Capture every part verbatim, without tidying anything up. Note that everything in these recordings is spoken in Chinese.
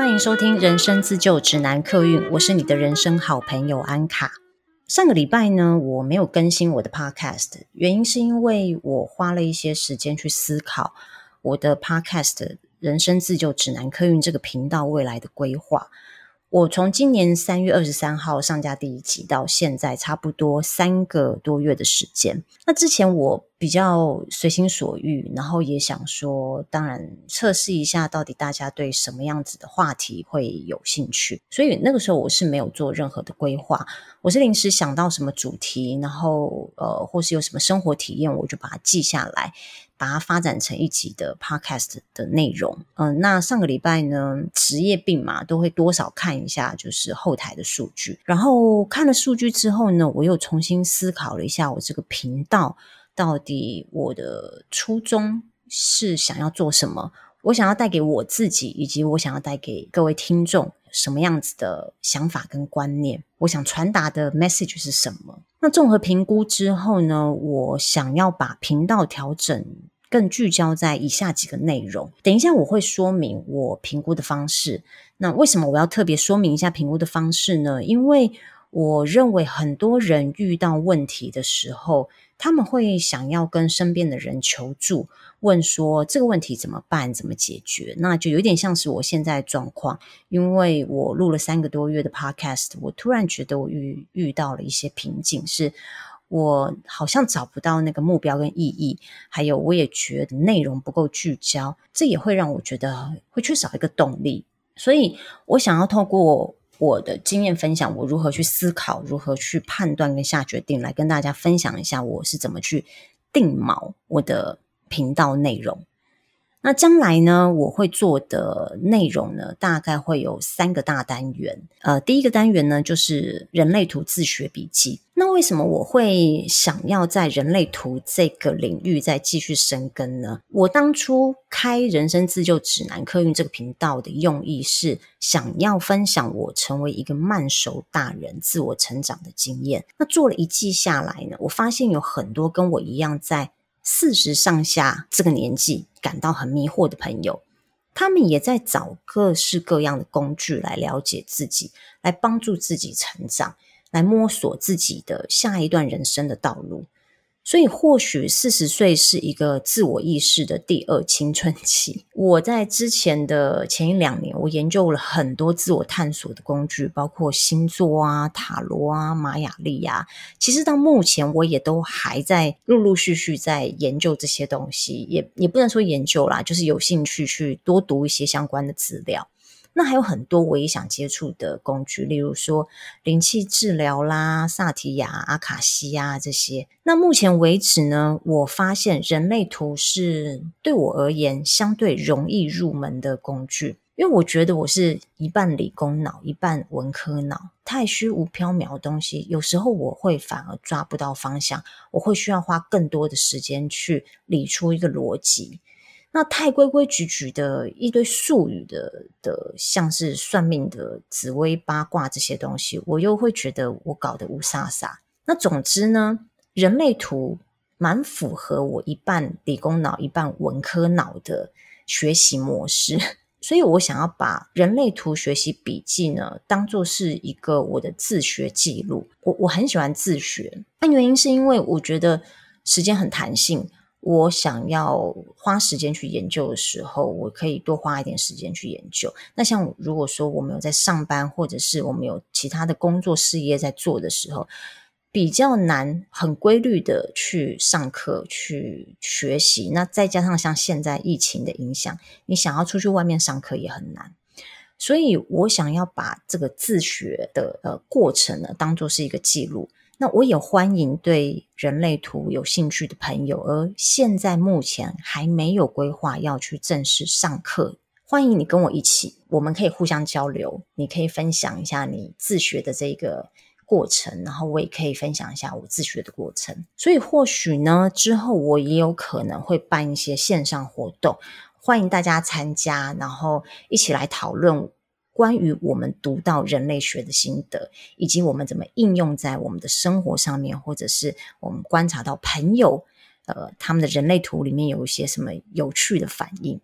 欢迎收听人生自救指南客运，我是你的人生好朋友安卡。上个礼拜呢，我没有更新我的 podcast， 原因是因为我花了一些时间去思考我的 podcast 人生自救指南客运这个频道未来的规划。我从今年三月二十三号上架第一集到现在差不多三个多月的时间。那之前我比较随心所欲，然后也想说当然测试一下到底大家对什么样子的话题会有兴趣，所以那个时候我是没有做任何的规划，我是临时想到什么主题，然后呃，或是有什么生活体验，我就把它记下来，把它发展成一集的 podcast 的内容。嗯、呃，那上个礼拜呢，职业病嘛，都会多少看一下就是后台的数据，然后看了数据之后呢，我又重新思考了一下我这个频道到底我的初衷是想要做什么，我想要带给我自己以及我想要带给各位听众什么样子的想法跟观念，我想传达的 message 是什么。那综合评估之后呢，我想要把频道调整更聚焦在以下几个内容，等一下我会说明我评估的方式。那为什么我要特别说明一下评估的方式呢？因为我认为很多人遇到问题的时候，他们会想要跟身边的人求助，问说这个问题怎么办，怎么解决。那就有点像是我现在的状况，因为我录了三个多月的 podcast， 我突然觉得我遇遇到了一些瓶颈，是我好像找不到那个目标跟意义，还有我也觉得内容不够聚焦，这也会让我觉得会缺少一个动力。所以我想要透过我的经验分享，我如何去思考，如何去判断跟下决定，来跟大家分享一下我是怎么去定锚我的频道内容。那将来呢，我会做的内容呢，大概会有三个大单元。呃，第一个单元呢，就是人类图自学笔记。那为什么我会想要在人类图这个领域再继续深耕呢？我当初开人生自救指南客运这个频道的用意是想要分享我成为一个慢熟大人自我成长的经验。那做了一季下来呢，我发现有很多跟我一样在四十上下这个年纪感到很迷惑的朋友，他们也在找各式各样的工具来了解自己，来帮助自己成长，来摸索自己的下一段人生的道路。所以或许四十岁是一个自我意识的第二青春期。我在之前的前一两年，我研究了很多自我探索的工具，包括星座啊、塔罗啊、玛雅历啊。其实到目前我也都还在陆陆续续在研究这些东西，也也不能说研究啦，就是有兴趣去多读一些相关的资料。那还有很多我也想接触的工具，例如说灵气治疗啦、萨提亚、阿卡西啊这些。那目前为止呢，我发现人类图是对我而言相对容易入门的工具，因为我觉得我是一半理工脑一半文科脑，太虚无缥缈的东西有时候我会反而抓不到方向，我会需要花更多的时间去理出一个逻辑。那太规规矩矩的一堆术语的的，像是算命的紫微八卦这些东西，我又会觉得我搞得乌撒撒。那总之呢，人类图蛮符合我一半理工脑一半文科脑的学习模式，所以我想要把人类图学习笔记呢当作是一个我的自学记录。我我很喜欢自学，那原因是因为我觉得时间很弹性，我想要花时间去研究的时候，我可以多花一点时间去研究。那像如果说我们有在上班，或者是我们有其他的工作事业在做的时候，比较难很规律的去上课去学习。那再加上像现在疫情的影响，你想要出去外面上课也很难。所以我想要把这个自学的呃过程呢当作是一个记录。那我也欢迎对人类图有兴趣的朋友，而现在目前还没有规划要去正式上课，欢迎你跟我一起，我们可以互相交流，你可以分享一下你自学的这个过程，然后我也可以分享一下我自学的过程。所以或许呢，之后我也有可能会办一些线上活动，欢迎大家参加，然后一起来讨论关于我们读到人类学的心得，以及我们怎么应用在我们的生活上面，或者是我们观察到朋友呃他们的人类图里面有一些什么有趣的反应。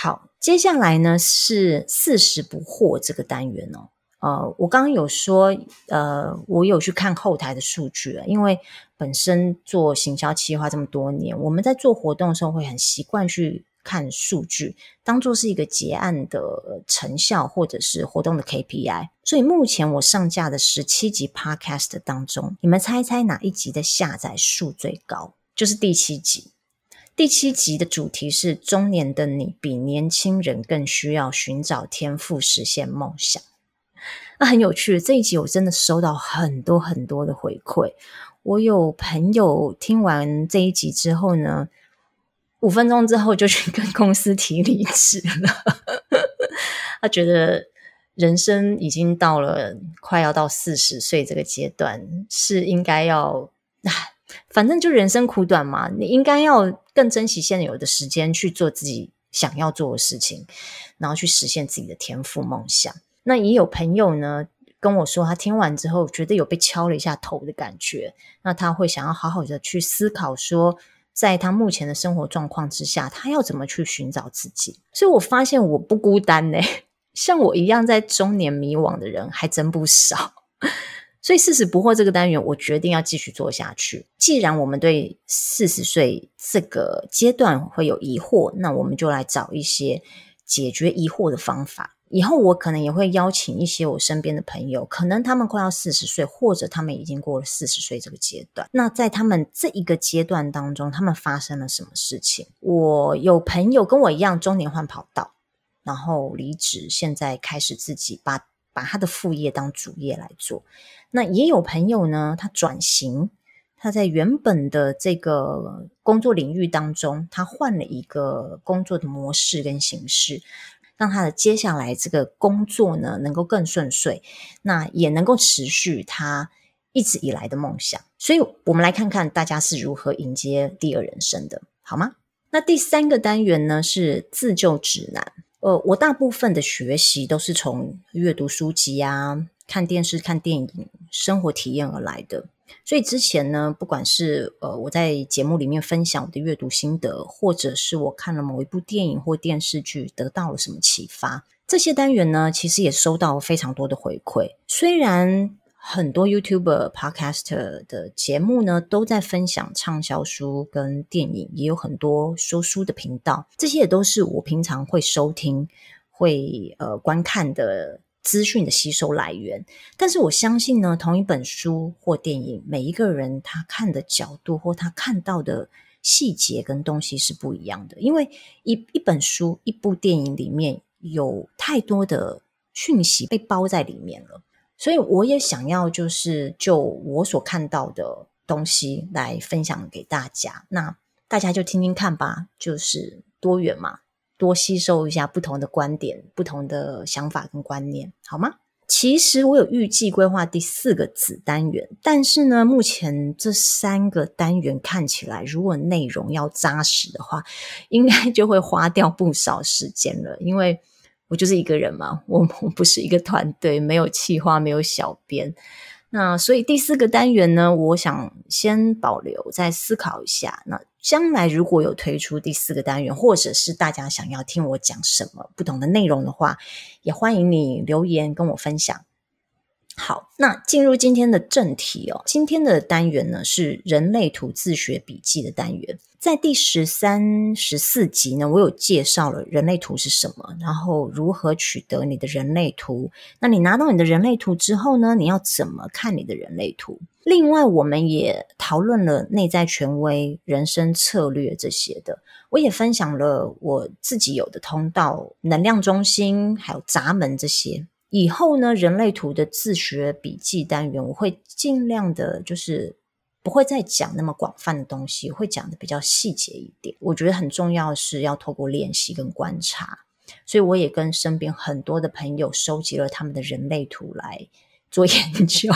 好，接下来呢是四十不惑这个单元哦。呃，我刚刚有说，呃，我有去看后台的数据了，因为本身做行销企划这么多年，我们在做活动的时候会很习惯去看数据，当做是一个结案的成效或者是活动的 K P I。所以目前我上架的十七集 Podcast 当中，你们猜猜哪一集的下载数最高？就是第七集。第七集的主题是中年的你比年轻人更需要寻找天赋实现梦想。那很有趣，这一集我真的收到很多很多的回馈。我有朋友听完这一集之后呢，五分钟之后就去跟公司提离职了。他觉得人生已经到了快要到四十岁这个阶段，是应该要反正就人生苦短嘛，你应该要更珍惜现有的时间去做自己想要做的事情，然后去实现自己的天赋梦想。那也有朋友呢跟我说，他听完之后觉得有被敲了一下头的感觉，那他会想要好好的去思考说，在他目前的生活状况之下，他要怎么去寻找自己。所以我发现我不孤单欸，像我一样在中年迷惘的人还真不少。所以四十不惑这个单元我决定要继续做下去。既然我们对四十岁这个阶段会有疑惑，那我们就来找一些解决疑惑的方法。以后我可能也会邀请一些我身边的朋友，可能他们快要四十岁，或者他们已经过了四十岁这个阶段。那在他们这一个阶段当中，他们发生了什么事情？我有朋友跟我一样中年换跑道，然后离职，现在开始自己把把他的副业当主业来做。那也有朋友呢，他转型，他在原本的这个工作领域当中，他换了一个工作的模式跟形式，让他的接下来这个工作呢能够更顺遂，那也能够持续他一直以来的梦想。所以我们来看看大家是如何迎接第二人生的，好吗？那第三个单元呢是自救指南。呃，我大部分的学习都是从阅读书籍啊、看电视、看电影、生活体验而来的。所以之前呢，不管是呃我在节目里面分享我的阅读心得，或者是我看了某一部电影或电视剧得到了什么启发，这些单元呢其实也收到非常多的回馈。虽然很多 YouTuber、Podcaster 的节目呢都在分享畅销书跟电影，也有很多说书的频道，这些也都是我平常会收听、会呃观看的资讯的吸收来源。但是我相信呢，同一本书或电影，每一个人他看的角度或他看到的细节跟东西是不一样的，因为一一本书、一部电影里面有太多的讯息被包在里面了。所以我也想要就是就我所看到的东西来分享给大家，那大家就听听看吧，就是多元嘛，多吸收一下不同的观点、不同的想法跟观念，好吗？其实我有预计规划第四个子单元，但是呢，目前这三个单元看起来，如果内容要扎实的话，应该就会花掉不少时间了，因为我就是一个人嘛，我我不是一个团队，没有企划，没有小编。那所以第四个单元呢，我想先保留，再思考一下。那将来如果有推出第四个单元，或者是大家想要听我讲什么不同的内容的话，也欢迎你留言跟我分享。好，那进入今天的正题哦。今天的单元呢是人类图自学笔记的单元。在第十三、十四集呢，我有介绍了人类图是什么，然后如何取得你的人类图。那你拿到你的人类图之后呢，你要怎么看你的人类图？另外，我们也讨论了内在权威、人生策略这些的。我也分享了我自己有的通道、能量中心，还有闸门这些。以后呢，人类图的自学笔记单元，我会尽量的就是不会再讲那么广泛的东西，会讲的比较细节一点。我觉得很重要的是要透过练习跟观察，所以我也跟身边很多的朋友收集了他们的人类图来做研究。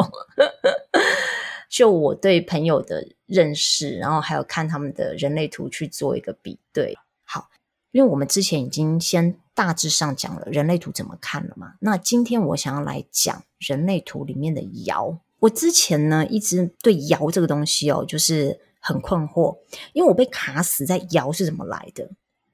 就我对朋友的认识，然后还有看他们的人类图去做一个比对。好，因为我们之前已经先大致上讲了人类图怎么看了嘛，那今天我想要来讲人类图里面的爻。我之前呢一直对爻这个东西哦就是很困惑，因为我被卡死在爻是怎么来的。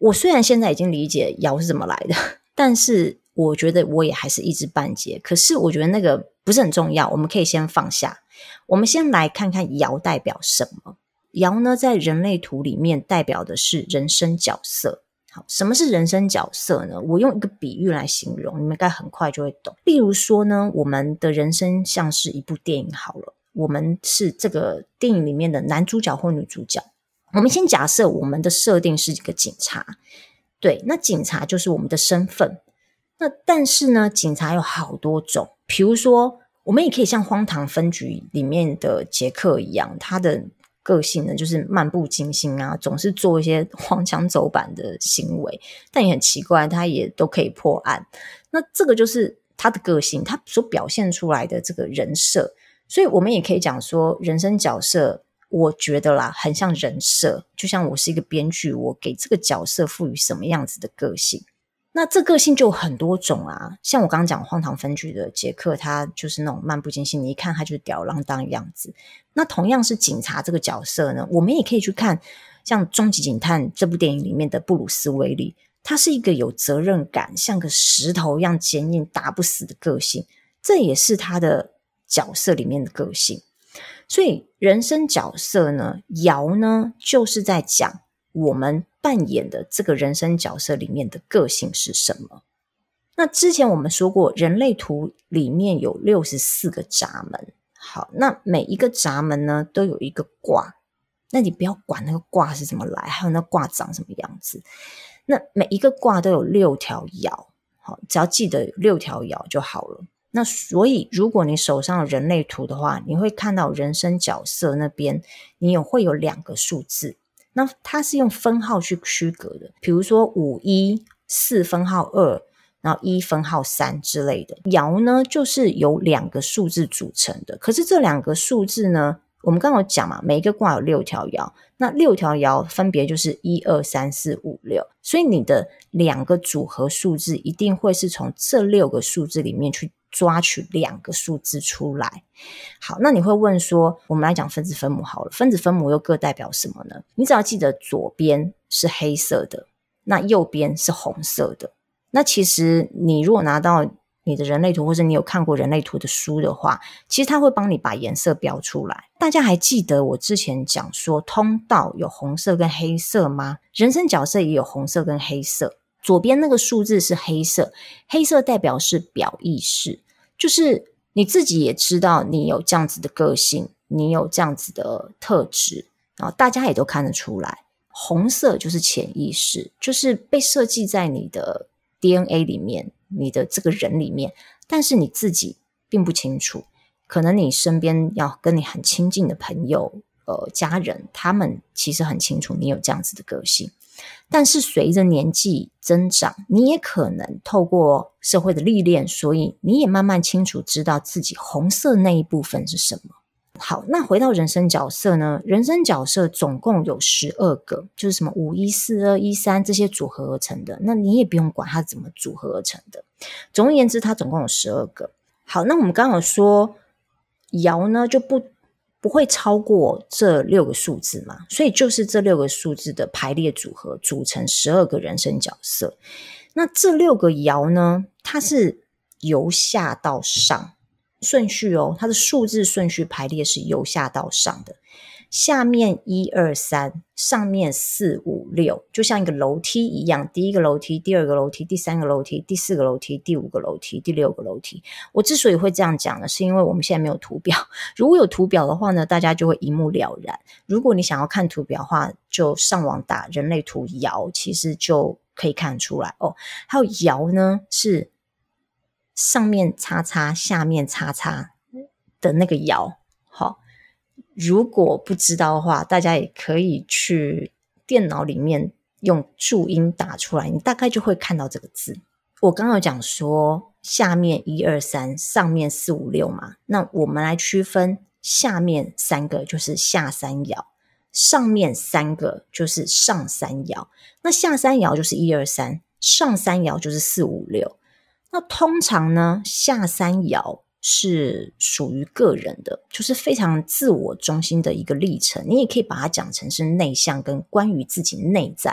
我虽然现在已经理解爻是怎么来的，但是我觉得我也还是一知半解。可是我觉得那个不是很重要，我们可以先放下。我们先来看看爻代表什么。爻呢，在人类图里面代表的是人生角色。好，什么是人生角色呢？我用一个比喻来形容，你们应该很快就会懂。例如说呢，我们的人生像是一部电影好了，我们是这个电影里面的男主角或女主角。我们先假设我们的设定是一个警察，对，那警察就是我们的身份。那但是呢，警察有好多种，比如说我们也可以像荒唐分局里面的杰克一样，他的个性呢就是漫不经心啊，总是做一些荒腔走板的行为，但也很奇怪，他也都可以破案。那这个就是他的个性，他所表现出来的这个人设。所以我们也可以讲说，人生角色我觉得啦很像人设，就像我是一个编剧，我给这个角色赋予什么样子的个性。那这个性就有很多种啊，像我刚刚讲荒唐分局的杰克，他就是那种漫不经心，你一看他就是吊儿郎当的样子。那同样是警察这个角色呢，我们也可以去看像《终极警探》这部电影里面的布鲁斯威利，他是一个有责任感，像个石头一样坚硬打不死的个性，这也是他的角色里面的个性。所以人生角色呢，爻呢就是在讲我们扮演的这个人生角色里面的个性是什么。那之前我们说过，人类图里面有六十四个闸门。好，那每一个闸门呢都有一个卦，那你不要管那个卦是怎么来，还有那卦长什么样子。那每一个卦都有六条爻，好，只要记得有六条爻就好了。那所以如果你手上有人类图的话，你会看到人生角色那边你有会有两个数字，那它是用分号去区隔的，比如说五一、四分号二，然后一分号三之类的。爻呢就是由两个数字组成的，可是这两个数字呢，我们刚刚有讲嘛，每一个卦有六条爻，那六条爻分别就是一二三四五六，所以你的两个组合数字一定会是从这六个数字里面去抓取两个数字出来。好，那你会问说，我们来讲分子分母好了，分子分母又各代表什么呢？你只要记得左边是黑色的，那右边是红色的。那其实你如果拿到你的人类图，或者你有看过人类图的书的话，其实它会帮你把颜色标出来。大家还记得我之前讲说通道有红色跟黑色吗？人生角色也有红色跟黑色。左边那个数字是黑色，黑色代表是表意识，就是你自己也知道你有这样子的个性，你有这样子的特质，然后大家也都看得出来。红色就是潜意识，就是被设计在你的 D N A 里面，你的这个人里面，但是你自己并不清楚。可能你身边要跟你很亲近的朋友、呃家人，他们其实很清楚你有这样子的个性。但是随着年纪增长，你也可能透过社会的历练，所以你也慢慢清楚知道自己红色那一部分是什么。好，那回到人生角色呢，人生角色总共有十二个，就是什么五一四二一三这些组合而成的，那你也不用管它怎么组合而成的。总而言之，它总共有十二个。好，那我们刚刚有说爻呢就不不会超过这六个数字嘛，所以就是这六个数字的排列组合组成十二个人生角色。那这六个爻呢，它是由下到上顺序哦，它的数字顺序排列是由下到上的，下面一二三，上面四五六，就像一个楼梯一样，第一个楼梯，第二个楼梯，第三个楼梯，第四个楼梯，第五个楼梯，第六个楼梯。我之所以会这样讲呢，是因为我们现在没有图表，如果有图表的话呢，大家就会一目了然。如果你想要看图表的话，就上网打人类图爻，其实就可以看出来哦。还有爻呢，是上面叉叉下面叉叉的那个爻。好，如果不知道的话，大家也可以去电脑里面用注音打出来，你大概就会看到这个字。我刚刚有讲说下面一二三，上面四五六嘛，那我们来区分，下面三个就是下三爻，上面三个就是上三爻。那下三爻就是一二三，上三爻就是四五六。那通常呢，下三爻是属于个人的，就是非常自我中心的一个历程，你也可以把它讲成是内向跟关于自己内在的。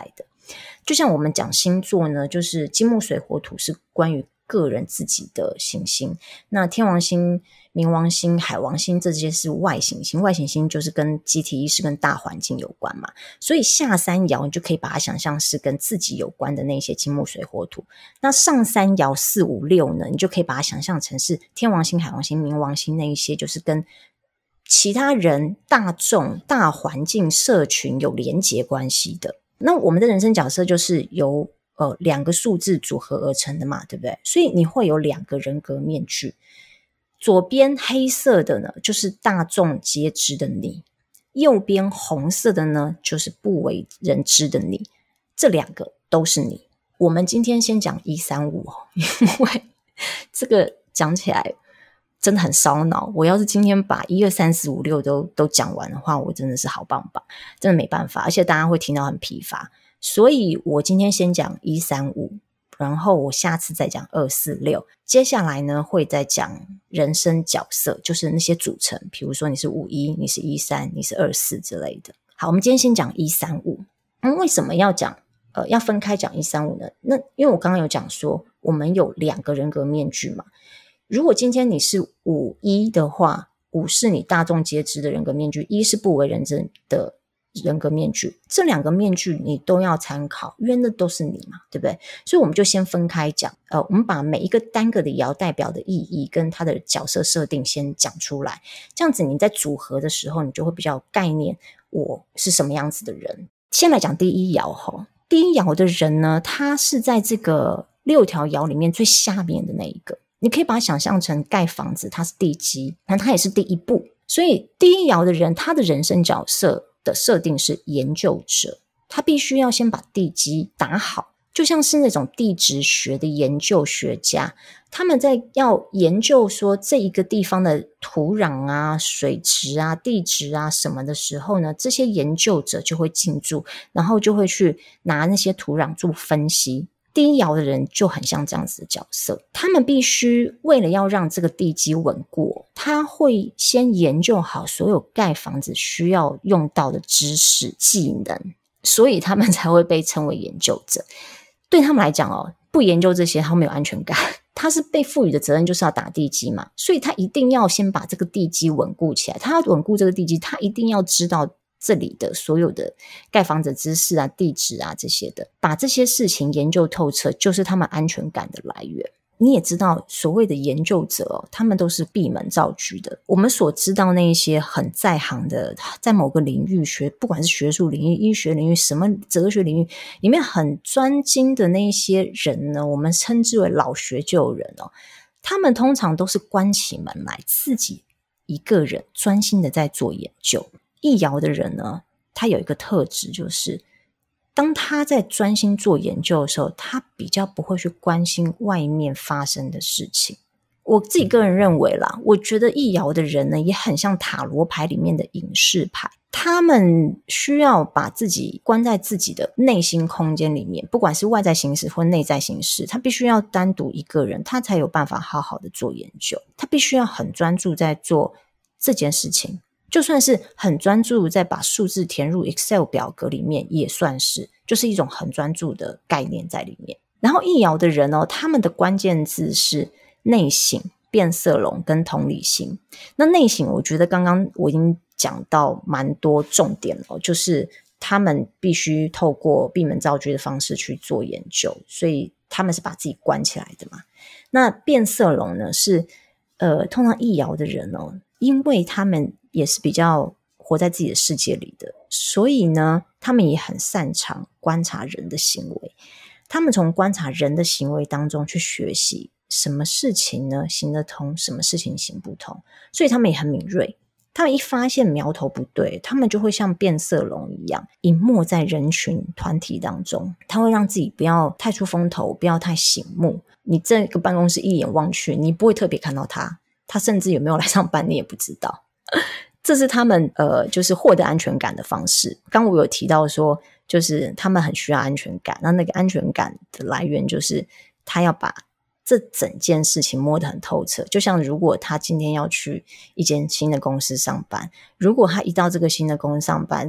就像我们讲星座呢，就是金木水火土是关于个人自己的行星，那天王星、冥王星、海王星这些是外行星，外行星就是跟集体意识跟大环境有关嘛，所以下三爻你就可以把它想象是跟自己有关的那些金木水火土，那上三爻四五六呢，你就可以把它想象成是天王星、海王星、冥王星那一些就是跟其他人、大众、大环境、社群有连结关系的。那我们的人生角色就是由呃两个数字组合而成的嘛，对不对？所以你会有两个人格面具，左边黑色的呢就是大众皆知的你，右边红色的呢就是不为人知的你，这两个都是你。我们今天先讲一三五，因为这个讲起来真的很烧脑，我要是今天把一二三四五六都都讲完的话，我真的是好棒棒，真的没办法，而且大家会听到很疲乏，所以我今天先讲一三五，然后我下次再讲二四六，接下来呢会再讲人生角色，就是那些组成，比如说你是五一，你是一三，你是二四之类的。好，我们今天先讲一三五。嗯，为什么要讲呃要分开讲一三五呢？那因为我刚刚有讲说我们有两个人格面具嘛，如果今天你是五一的话，五是你大众皆知的人格面具，一是不为人知的人格面具，这两个面具你都要参考，因为那都是你嘛，对不对？所以我们就先分开讲，呃，我们把每一个单个的爻代表的意义跟它的角色设定先讲出来，这样子你在组合的时候，你就会比较有概念，我是什么样子的人。先来讲第一爻齁，第一爻的人呢，他是在这个六条爻里面最下面的那一个。你可以把它想象成盖房子，它是地基，那它也是第一步。所以第一爻的人，他的人生角色的设定是研究者，他必须要先把地基打好，就像是那种地质学的研究学家，他们在要研究说这一个地方的土壤啊、水质啊、地质啊什么的时候呢，这些研究者就会进驻，然后就会去拿那些土壤做分析。第一爻的人就很像这样子的角色，他们必须为了要让这个地基稳固，他会先研究好所有盖房子需要用到的知识技能，所以他们才会被称为研究者。对他们来讲哦，不研究这些他没有安全感，他是被赋予的责任就是要打地基嘛，所以他一定要先把这个地基稳固起来，他要稳固这个地基，他一定要知道这里的所有的盖房子知识啊、地质啊这些的，把这些事情研究透彻，就是他们安全感的来源。你也知道所谓的研究者哦，他们都是闭门造车的。我们所知道那些很在行的，在某个领域学，不管是学术领域、医学领域、什么哲学领域里面很专精的那些人呢，我们称之为老学究人哦。他们通常都是关起门来，自己一个人专心的在做研究。一爻的人呢，他有一个特质，就是当他在专心做研究的时候，他比较不会去关心外面发生的事情。我自己个人认为啦，我觉得一爻的人呢，也很像塔罗牌里面的隐士牌，他们需要把自己关在自己的内心空间里面，不管是外在形式或内在形式，他必须要单独一个人，他才有办法好好的做研究，他必须要很专注在做这件事情，就算是很专注在把数字填入 Excel 表格里面，也算是就是一种很专注的概念在里面。然后一爻的人哦，他们的关键字是内省、变色龙跟同理心。那内省我觉得刚刚我已经讲到蛮多重点了，就是他们必须透过闭门造车的方式去做研究，所以他们是把自己关起来的嘛。那变色龙呢，是呃，通常一爻的人哦，因为他们也是比较活在自己的世界里的，所以呢，他们也很擅长观察人的行为。他们从观察人的行为当中去学习什么事情呢行得通，什么事情行不通，所以他们也很敏锐。他们一发现苗头不对，他们就会像变色龙一样隐没在人群团体当中，他会让自己不要太出风头，不要太醒目。你这个办公室一眼望去，你不会特别看到他，他甚至有没有来上班你也不知道。这是他们呃，就是获得安全感的方式。刚我有提到说，就是他们很需要安全感，那那个安全感的来源就是他要把这整件事情摸得很透彻。就像如果他今天要去一间新的公司上班，如果他一到这个新的公司上班，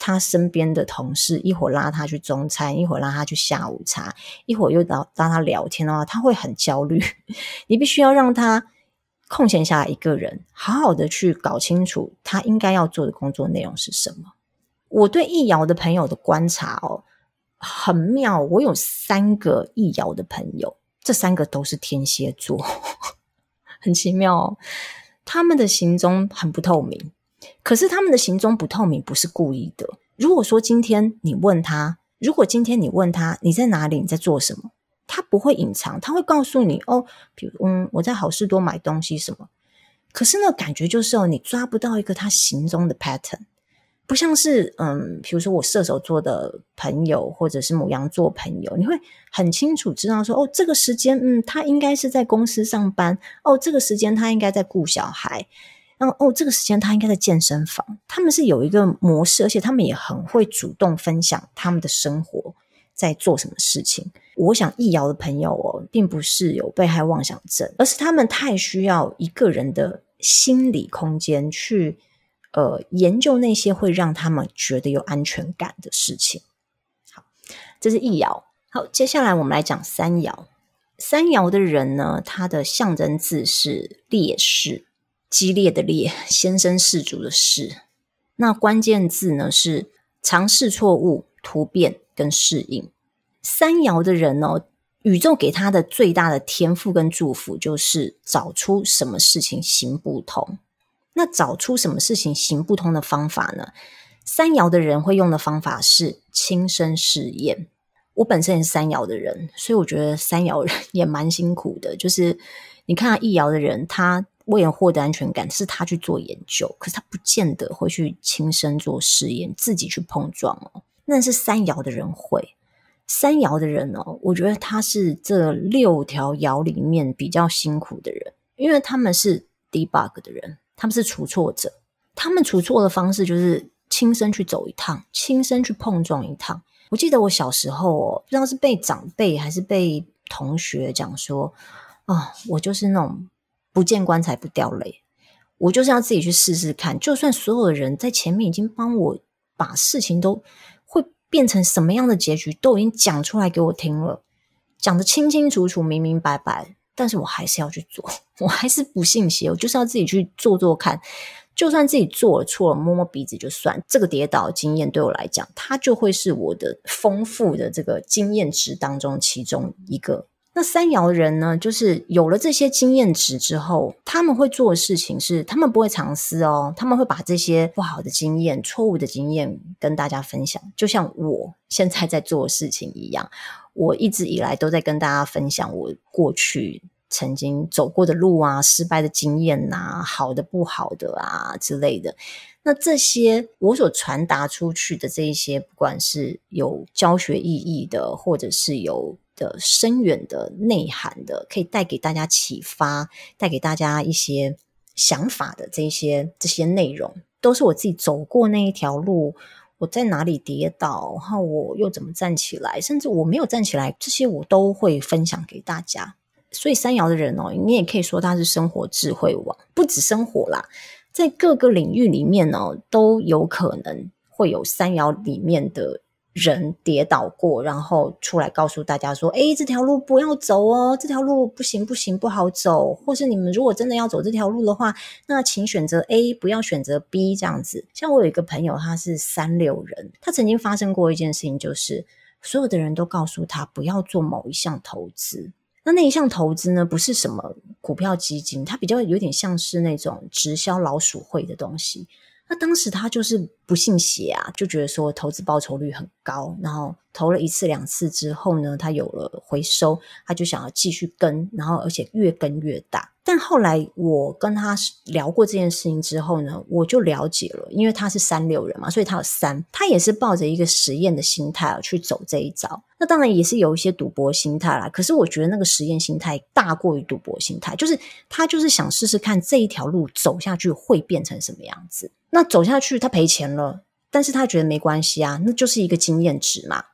他身边的同事一会儿拉他去中餐，一会儿拉他去下午茶，一会儿又拉拉他聊天的话，他会很焦虑。你必须要让他空闲下来一个人，好好的去搞清楚他应该要做的工作内容是什么。我对易遥的朋友的观察哦，很妙。我有三个易遥的朋友，这三个都是天蝎座，很奇妙哦。他们的行踪很不透明，可是他们的行踪不透明不是故意的。如果说今天你问他，如果今天你问他你在哪里，你在做什么，他不会隐藏，他会告诉你哦，比如嗯，我在好事多买东西什么。可是那感觉就是哦，你抓不到一个他行踪的 pattern。不像是嗯，比如说我射手座的朋友或者是牡羊座朋友，你会很清楚知道说哦，这个时间嗯，他应该是在公司上班，哦，这个时间他应该在顾小孩，然后哦，这个时间他应该在健身房。他们是有一个模式，而且他们也很会主动分享他们的生活在做什么事情。我想易遥的朋友哦，并不是有被害妄想症，而是他们太需要一个人的心理空间去呃，研究那些会让他们觉得有安全感的事情。好，这是易遥。好，接下来我们来讲三爻。三爻的人呢，他的象征字是烈士，激烈的烈，先生士卒的士。那关键字呢是尝试错误、突变跟适应。三爻的人哦，宇宙给他的最大的天赋跟祝福就是找出什么事情行不通。那找出什么事情行不通的方法呢？三爻的人会用的方法是亲身试验。我本身也是三爻的人，所以我觉得三爻人也蛮辛苦的。就是你看易爻的人，他为了获得安全感，是他去做研究，可是他不见得会去亲身做试验，自己去碰撞哦。那是三爻的人会。三爻的人哦，我觉得他是这六条爻里面比较辛苦的人，因为他们是 debug 的人。他们是除错者，他们除错的方式就是亲身去走一趟，亲身去碰撞一趟。我记得我小时候哦，不知道是被长辈还是被同学讲说哦，我就是那种不见棺材不掉泪，我就是要自己去试试看，就算所有的人在前面已经帮我把事情都会变成什么样的结局都已经讲出来给我听了，讲得清清楚楚明明白白，但是我还是要去做，我还是不信邪，我就是要自己去做做看。就算自己做了错了，摸摸鼻子就算。这个跌倒经验对我来讲，它就会是我的丰富的这个经验值当中其中一个。那三爻人呢，就是有了这些经验值之后，他们会做的事情是，他们不会藏私哦，他们会把这些不好的经验、错误的经验跟大家分享，就像我现在在做的事情一样。我一直以来都在跟大家分享我过去曾经走过的路啊，失败的经验啊，好的不好的啊之类的。那这些我所传达出去的这一些，不管是有教学意义的，或者是有的深远的内涵的，可以带给大家启发，带给大家一些想法的这些这些内容，都是我自己走过那一条路，我在哪里跌倒，然后我又怎么站起来，甚至我没有站起来，这些我都会分享给大家。所以三爻的人哦，你也可以说他是生活智慧王，不止生活啦，在各个领域里面哦，都有可能会有三爻里面的人跌倒过，然后出来告诉大家说，诶，这条路不要走哦，这条路不行不行不好走，或是你们如果真的要走这条路的话，那请选择 A 不要选择 B 这样子。像我有一个朋友，他是三六人，他曾经发生过一件事情，就是所有的人都告诉他不要做某一项投资。那那一项投资呢，不是什么股票基金，它比较有点像是那种直销老鼠会的东西。那当时他就是不信邪啊，就觉得说投资报酬率很高，然后投了一次两次之后呢，他有了回收，他就想要继续跟，然后而且越跟越大。但后来我跟他聊过这件事情之后呢，我就了解了，因为他是三六人嘛，所以他有三，他也是抱着一个实验的心态、啊、去走这一招。那当然也是有一些赌博心态啦，可是我觉得那个实验心态大过于赌博心态，就是他就是想试试看这一条路走下去会变成什么样子。那走下去他赔钱了，但是他觉得没关系啊，那就是一个经验值嘛。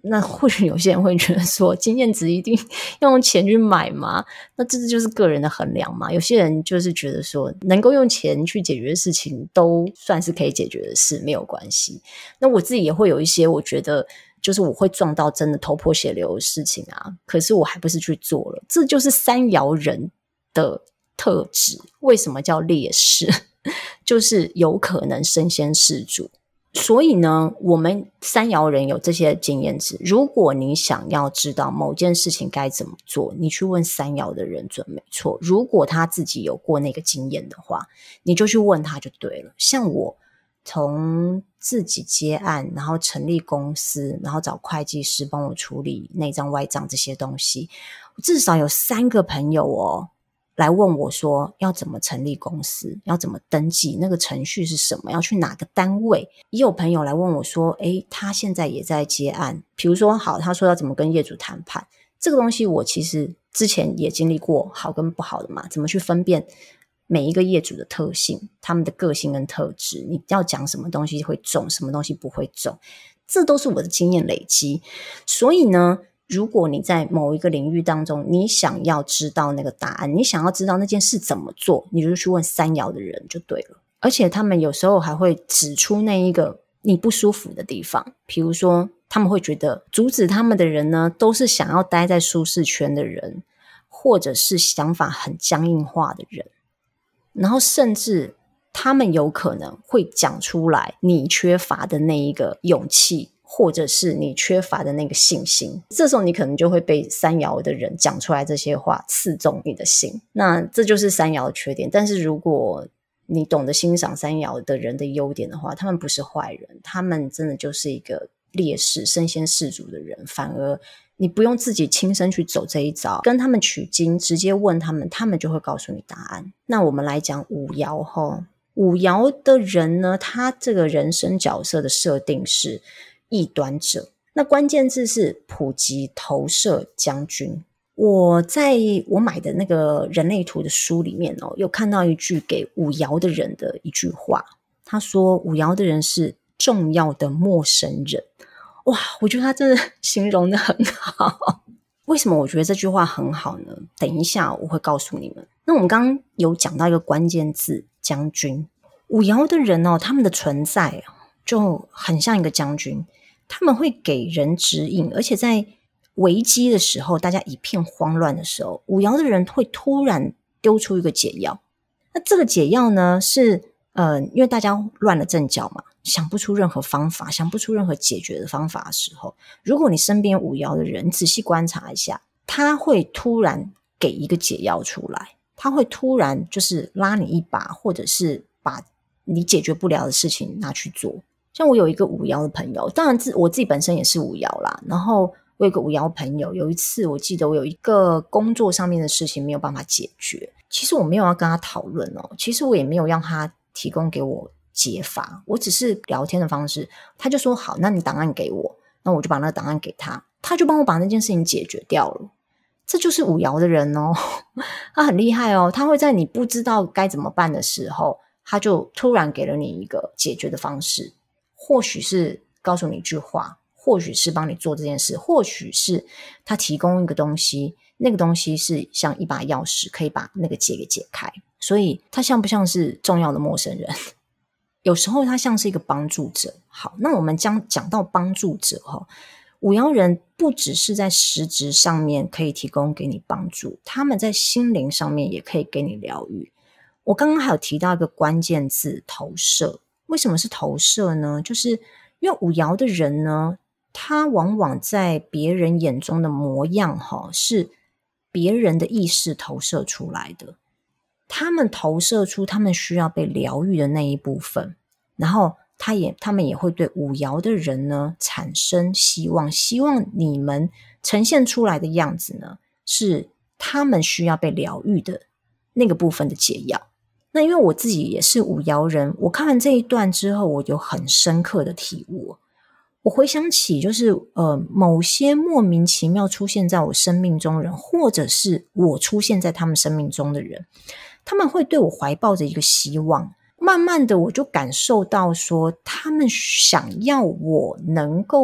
那或许有些人会觉得说经验值一定要用钱去买吗？那这就是个人的衡量嘛。有些人就是觉得说能够用钱去解决的事情都算是可以解决的事，没有关系。那我自己也会有一些我觉得就是我会撞到真的头破血流的事情啊，可是我还不是去做了。这就是三爻人的特质。为什么叫劣势？就是有可能身先士卒。所以呢，我们三爻人有这些经验值。如果你想要知道某件事情该怎么做，你去问三爻的人准没错。如果他自己有过那个经验的话，你就去问他就对了。像我从自己接案，然后成立公司，然后找会计师帮我处理内账外账这些东西，至少有三个朋友哦来问我说要怎么成立公司，要怎么登记，那个程序是什么，要去哪个单位。也有朋友来问我说诶他现在也在接案，比如说好，他说要怎么跟业主谈判，这个东西我其实之前也经历过好跟不好的嘛，怎么去分辨每一个业主的特性，他们的个性跟特质，你要讲什么东西会中，什么东西不会中，这都是我的经验累积。所以呢，如果你在某一个领域当中，你想要知道那个答案，你想要知道那件事怎么做，你就去问三爻的人就对了。而且他们有时候还会指出那一个你不舒服的地方，比如说他们会觉得阻止他们的人呢，都是想要待在舒适圈的人，或者是想法很僵硬化的人，然后甚至他们有可能会讲出来你缺乏的那一个勇气，或者是你缺乏的那个信心，这时候你可能就会被三爻的人讲出来这些话刺中你的心。那这就是三爻的缺点。但是如果你懂得欣赏三爻的人的优点的话，他们不是坏人，他们真的就是一个劣势身先士卒的人，反而你不用自己亲身去走这一招，跟他们取经，直接问他们，他们就会告诉你答案。那我们来讲五爻齁，五爻的人呢，他这个人生角色的设定是异端者，那关键字是普及投射将军。我在我买的那个人类图的书里面哦，有看到一句给五爻的人的一句话，他说五爻的人是重要的陌生人。哇，我觉得他真的形容得很好。为什么我觉得这句话很好呢？等一下我会告诉你们。那我们刚刚有讲到一个关键字将军，五爻的人哦，他们的存在就很像一个将军，他们会给人指引，而且在危机的时候，大家一片慌乱的时候，五爻的人会突然丢出一个解药。那这个解药呢，是呃，因为大家乱了阵脚嘛，想不出任何方法，想不出任何解决的方法的时候，如果你身边五爻的人仔细观察一下，他会突然给一个解药出来，他会突然就是拉你一把，或者是把你解决不了的事情拿去做。像我有一个五爻的朋友，当然我自己本身也是五爻啦，然后我有一个五爻朋友，有一次我记得我有一个工作上面的事情没有办法解决，其实我没有要跟他讨论哦，其实我也没有让他提供给我解法，我只是聊天的方式，他就说好，那你档案给我，那我就把那个档案给他，他就帮我把那件事情解决掉了。这就是五爻的人哦，他很厉害哦，他会在你不知道该怎么办的时候，他就突然给了你一个解决的方式，或许是告诉你一句话，或许是帮你做这件事，或许是他提供一个东西，那个东西是像一把钥匙，可以把那个结给解开。所以他像不像是重要的陌生人？有时候他像是一个帮助者。好，那我们将讲到帮助者齁，五爻人不只是在实质上面可以提供给你帮助，他们在心灵上面也可以给你疗愈。我刚刚还有提到一个关键字投射，为什么是投射呢？就是因为五爻的人呢，他往往在别人眼中的模样齁，是别人的意识投射出来的，他们投射出他们需要被疗愈的那一部分，然后他也他们也会对五爻的人呢产生希望，希望你们呈现出来的样子呢是他们需要被疗愈的那个部分的解药。那因为我自己也是五爻人，我看完这一段之后，我有很深刻的体悟。我回想起就是呃某些莫名其妙出现在我生命中的人，或者是我出现在他们生命中的人，他们会对我怀抱着一个希望，慢慢的我就感受到说他们想要我能够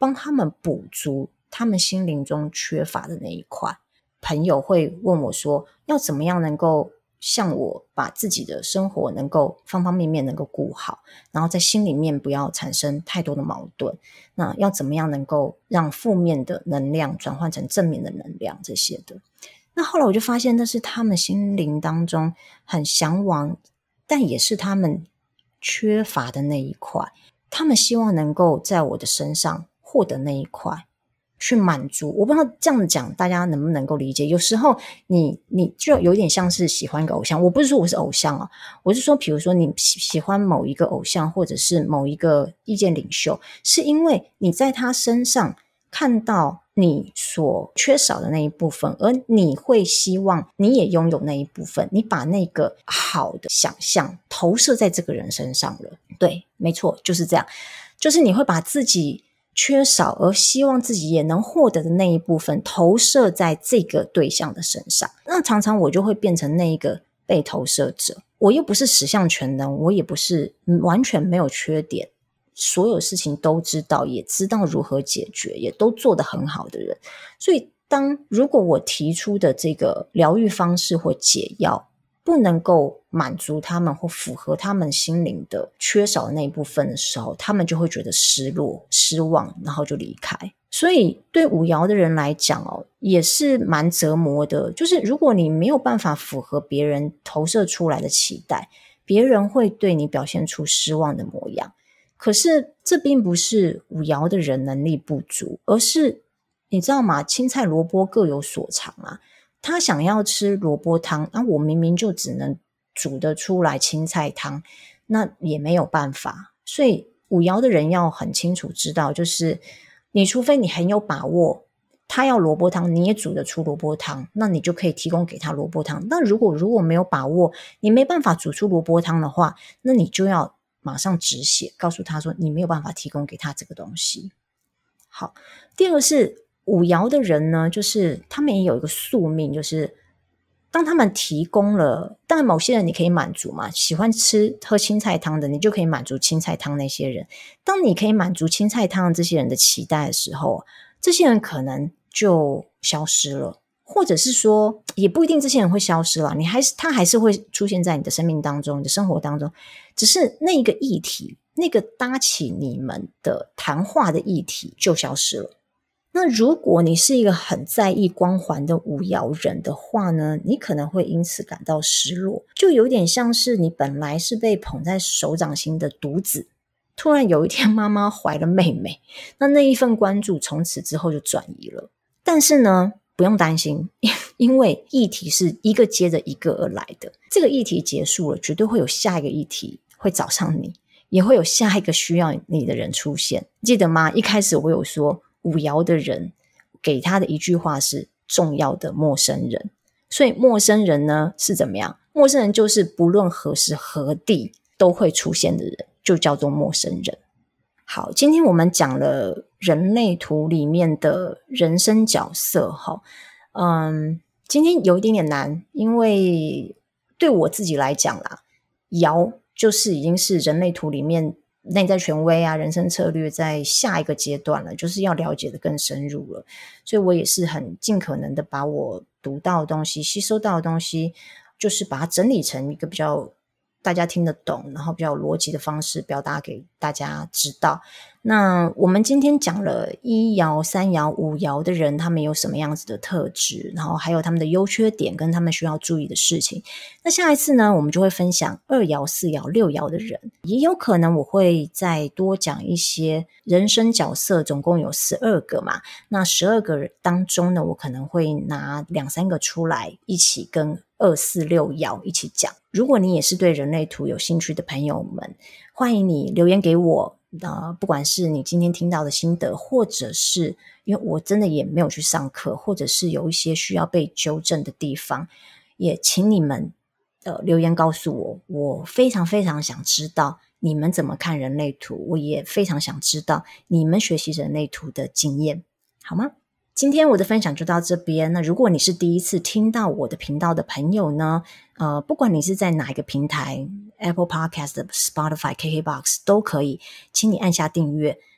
帮他们补足他们心灵中缺乏的那一块。朋友会问我说，要怎么样能够像我把自己的生活能够方方面面能够顾好，然后在心里面不要产生太多的矛盾，那要怎么样能够让负面的能量转换成正面的能量这些的。那后来我就发现那是他们心灵当中很向往，但也是他们缺乏的那一块，他们希望能够在我的身上获得那一块去满足。我不知道这样讲大家能不能够理解。有时候你你就有点像是喜欢一个偶像，我不是说我是偶像啊，我是说比如说你喜欢某一个偶像或者是某一个意见领袖，是因为你在他身上看到你所缺少的那一部分，而你会希望你也拥有那一部分，你把那个好的想象投射在这个人身上了。对，没错，就是这样，就是你会把自己缺少而希望自己也能获得的那一部分投射在这个对象的身上，那常常我就会变成那一个被投射者。我又不是十项全能，我也不是完全没有缺点，所有事情都知道，也知道如何解决，也都做得很好的人。所以当如果我提出的这个疗愈方式或解药不能够满足他们或符合他们心灵的缺少的那一部分的时候，他们就会觉得失落失望，然后就离开。所以对五爻的人来讲哦，也是蛮折磨的，就是如果你没有办法符合别人投射出来的期待，别人会对你表现出失望的模样。可是这并不是五爻的人能力不足，而是你知道吗，青菜萝卜各有所长啊。他想要吃萝卜汤，那、啊、我明明就只能煮得出来青菜汤，那也没有办法。所以五爻的人要很清楚知道，就是你除非你很有把握他要萝卜汤你也煮得出萝卜汤，那你就可以提供给他萝卜汤。那如果如果没有把握，你没办法煮出萝卜汤的话，那你就要马上止血，告诉他说你没有办法提供给他这个东西。好，第二个是五爻的人呢，就是他们也有一个宿命，就是当他们提供了，当然某些人你可以满足嘛，喜欢吃喝青菜汤的，你就可以满足青菜汤那些人。当你可以满足青菜汤这些人的期待的时候，这些人可能就消失了，或者是说也不一定这些人会消失了，你还是他还是会出现在你的生命当中，你的生活当中，只是那个议题，那个搭起你们的谈话的议题就消失了。那如果你是一个很在意光环的五爻人的话呢，你可能会因此感到失落，就有点像是你本来是被捧在手掌心的独子，突然有一天妈妈怀了妹妹，那那一份关注从此之后就转移了。但是呢，不用担心，因为议题是一个接着一个而来的，这个议题结束了，绝对会有下一个议题会找上你，也会有下一个需要你的人出现。记得吗？一开始我有说五爻的人给他的一句话是重要的陌生人，所以陌生人呢是怎么样？陌生人就是不论何时何地都会出现的人，就叫做陌生人。好，今天我们讲了人类图里面的人生角色哈，嗯，今天有一点点难，因为对我自己来讲啦，爻就是已经是人类图里面内在权威啊，人生策略在下一个阶段了，就是要了解的更深入了，所以我也是很尽可能的把我读到的东西吸收到的东西，就是把它整理成一个比较大家听得懂，然后比较有逻辑的方式表达给大家知道。那我们今天讲了一爻、三爻、五爻的人，他们有什么样子的特质，然后还有他们的优缺点跟他们需要注意的事情。那下一次呢，我们就会分享二爻、四爻、六爻的人，也有可能我会再多讲一些人生角色，总共有十二个嘛。那十二个当中呢，我可能会拿两三个出来，一起跟二四六爻一起讲。如果你也是对人类图有兴趣的朋友们，欢迎你留言给我，呃，不管是你今天听到的心得，或者是因为我真的也没有去上课，或者是有一些需要被纠正的地方，也请你们呃留言告诉我，我非常非常想知道你们怎么看人类图，我也非常想知道你们学习人类图的经验，好吗？今天我的分享就到这边。那如果你是第一次听到我的频道的朋友呢，呃，不管你是在哪一个平台 Apple Podcast、Spotify、K K B O X 都可以，请你按下订阅。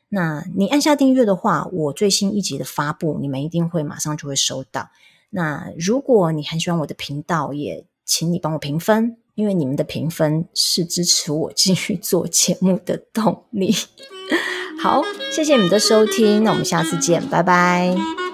那你按下订阅的话，我最新一集的发布，你们一定会马上就会收到。那如果你很喜欢我的频道，也请你帮我评分，因为你们的评分是支持我继续做节目的动力。好，谢谢你们的收听，那我们下次见，拜拜。